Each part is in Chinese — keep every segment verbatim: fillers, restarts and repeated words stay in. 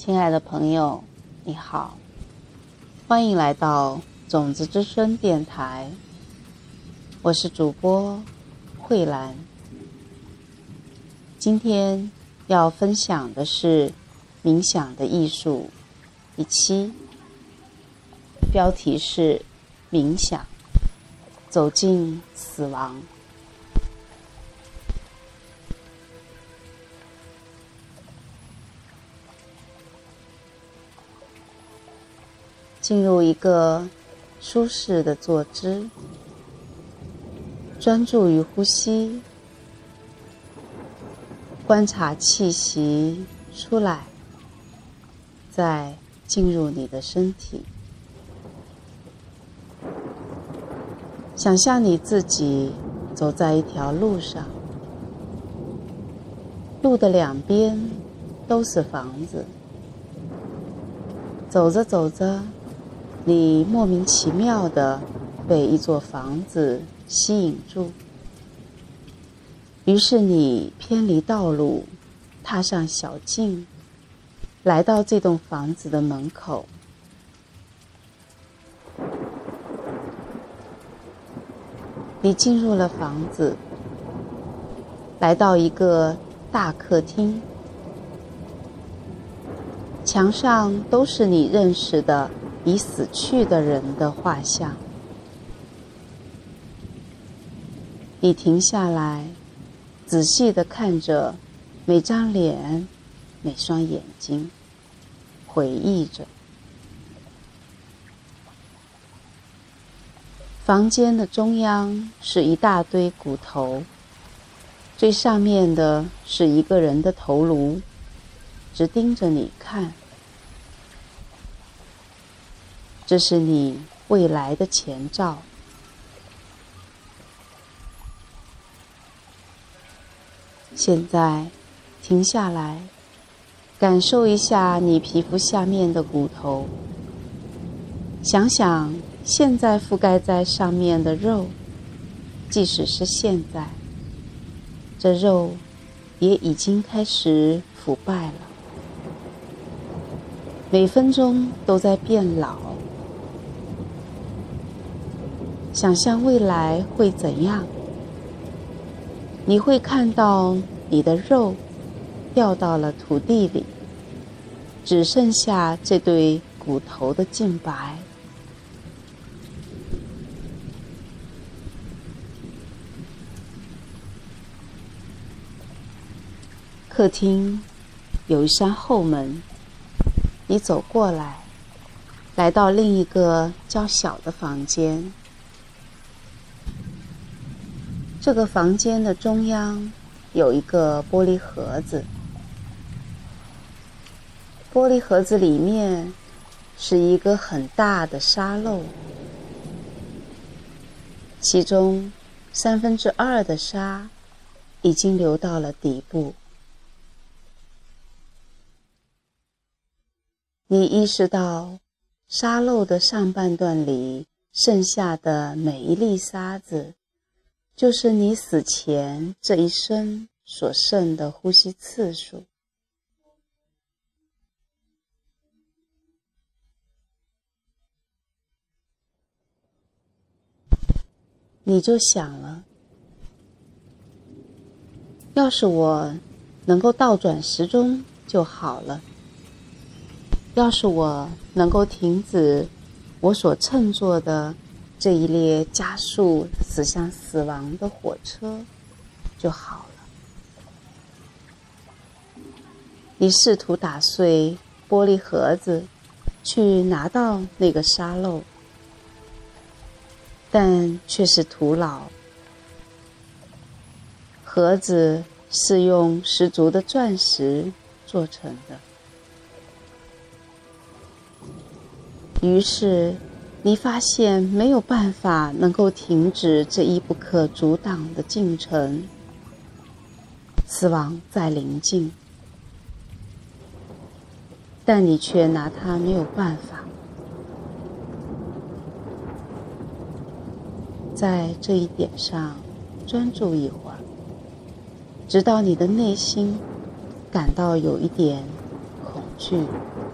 亲爱的朋友，你好，欢迎来到种子之声电台，我是主播慧兰。今天要分享的是冥想的艺术第七，标题是冥想，走进死亡。进入一个舒适的坐姿，专注于呼吸，观察气息出来，再进入你的身体。想象你自己走在一条路上，路的两边都是房子，走着走着，你莫名其妙地被一座房子吸引住，于是你偏离道路，踏上小径，来到这栋房子的门口。你进入了房子，来到一个大客厅，墙上都是你认识的已死去的人的画像。你停下来，仔细地看着每张脸，每双眼睛，回忆着。房间的中央是一大堆骨头，最上面的是一个人的头颅，直盯着你看。这是你未来的前兆。现在停下来，感受一下你皮肤下面的骨头，想想现在覆盖在上面的肉，即使是现在，这肉也已经开始腐败了，每分钟都在变老。想象未来会怎样？你会看到你的肉掉到了土地里，只剩下这堆骨头的净白。客厅有一扇后门，你走过来，来到另一个较小的房间。这个房间的中央有一个玻璃盒子，玻璃盒子里面是一个很大的沙漏，其中三分之二的沙已经流到了底部。你意识到沙漏的上半段里剩下的每一粒沙子，就是你死前这一生所剩的呼吸次数。你就想了，要是我能够倒转时钟就好了，要是我能够停止我所乘坐的这一列加速驶向死亡的火车就好了。你试图打碎玻璃盒子，去拿到那个沙漏，但却是徒劳。盒子是用十足的钻石做成的，于是你发现没有办法能够停止这一不可阻挡的进程，死亡在临近，但你却拿它没有办法。在这一点上专注一会儿，直到你的内心感到有一点恐惧。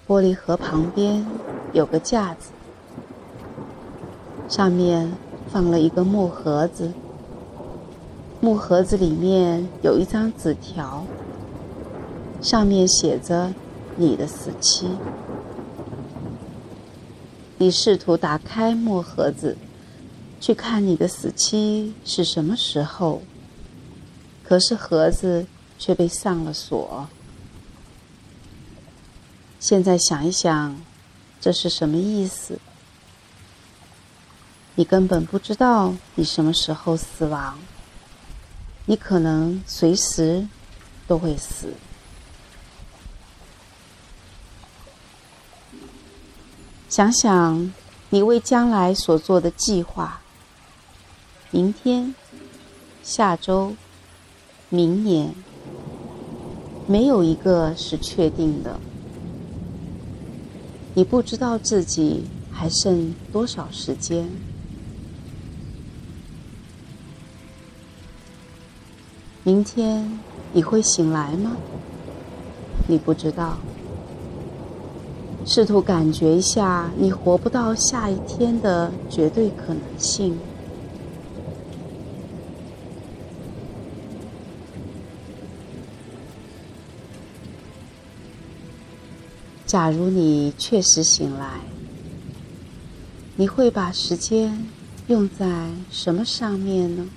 玻璃盒旁边有个架子，上面放了一个木盒子，木盒子里面有一张纸条，上面写着你的死期。你试图打开木盒子，去看你的死期是什么时候，可是盒子却被上了锁。现在想一想，这是什么意思？你根本不知道你什么时候死亡，你可能随时都会死。想想你为将来所做的计划，明天、下周、明年，没有一个是确定的。你不知道自己还剩多少时间。明天你会醒来吗？你不知道。试图感觉一下你活不到下一天的绝对可能性。假如你确实醒来，你会把时间用在什么上面呢？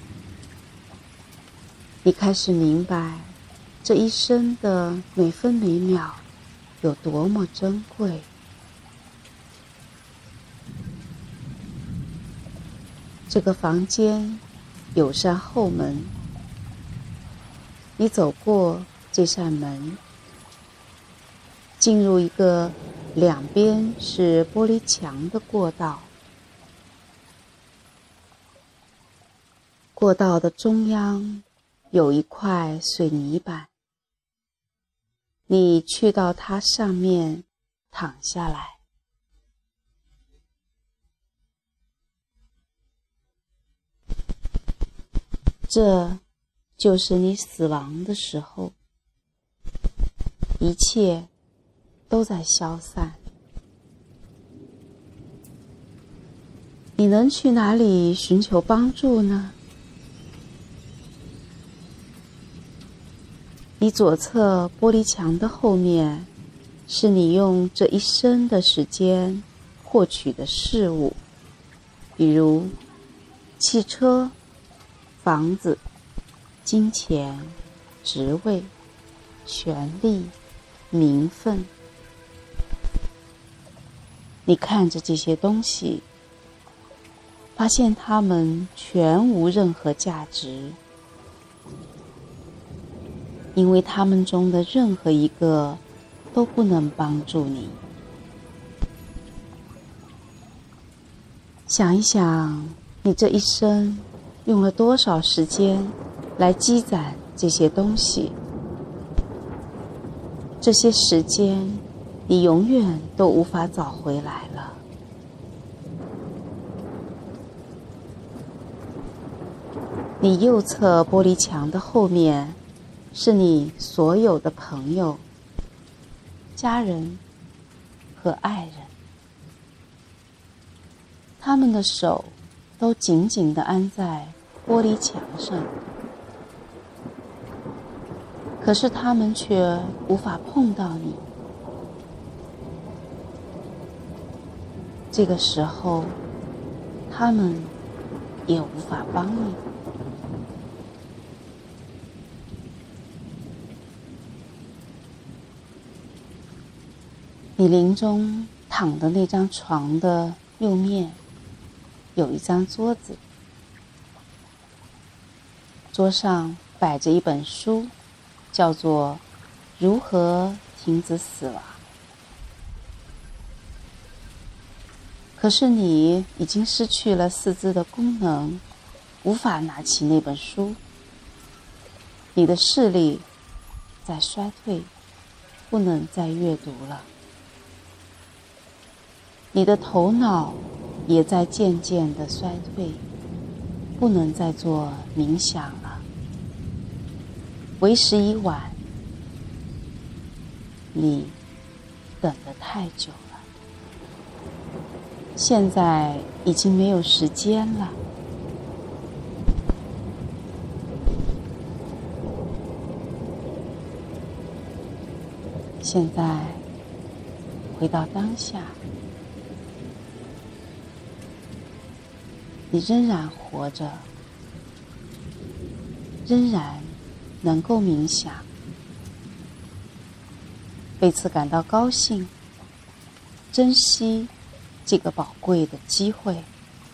你开始明白这一生的每分每秒有多么珍贵。这个房间有扇后门，你走过这扇门，进入一个两边是玻璃墙的过道。过道的中央有一块水泥板，你去到它上面躺下来。这就是你死亡的时候，一切都在消散。你能去哪里寻求帮助呢？你左侧玻璃墙的后面，是你用这一生的时间获取的事物，比如汽车、房子、金钱、职位、权力、名分。你看着这些东西，发现它们全无任何价值，因为它们中的任何一个都不能帮助你。想一想，你这一生用了多少时间来积攒这些东西？这些时间，你永远都无法找回来了。你右侧玻璃墙的后面，是你所有的朋友、家人和爱人，他们的手都紧紧地安在玻璃墙上，可是他们却无法碰到你。这个时候，他们也无法帮你。你临终躺的那张床的右面有一张桌子，桌上摆着一本书，叫做《如何停止死亡》。可是你已经失去了四肢的功能，无法拿起那本书。你的视力在衰退，不能再阅读了。你的头脑也在渐渐的衰退，不能再做冥想了。为时已晚，你等得太久了，现在已经没有时间了。现在回到当下，你仍然活着，仍然能够冥想，为此感到高兴，珍惜这个宝贵的机会。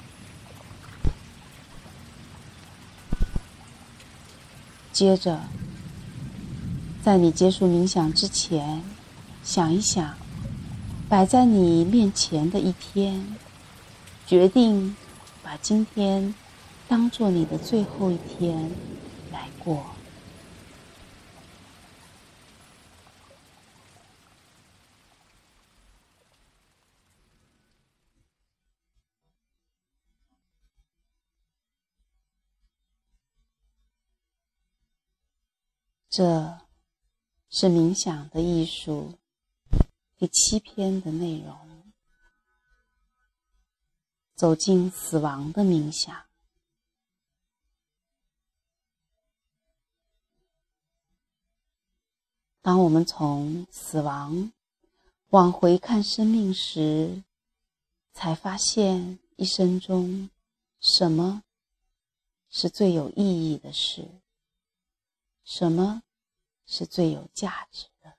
接着，在你结束冥想之前，想一想摆在你面前的一天，决定把今天当作你的最后一天来过。这是冥想的艺术第七篇的内容，走进死亡的冥想。当我们从死亡往回看生命时，才发现一生中什么是最有意义的事，什么是最有价值的。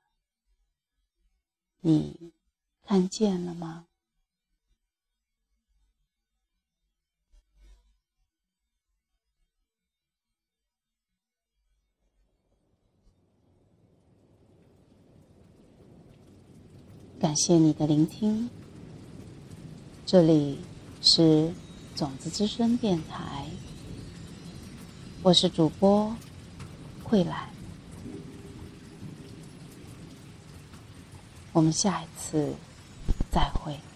你看见了吗？感谢你的聆听，这里是种子之声电台，我是主播慧兰，我们下一次再会。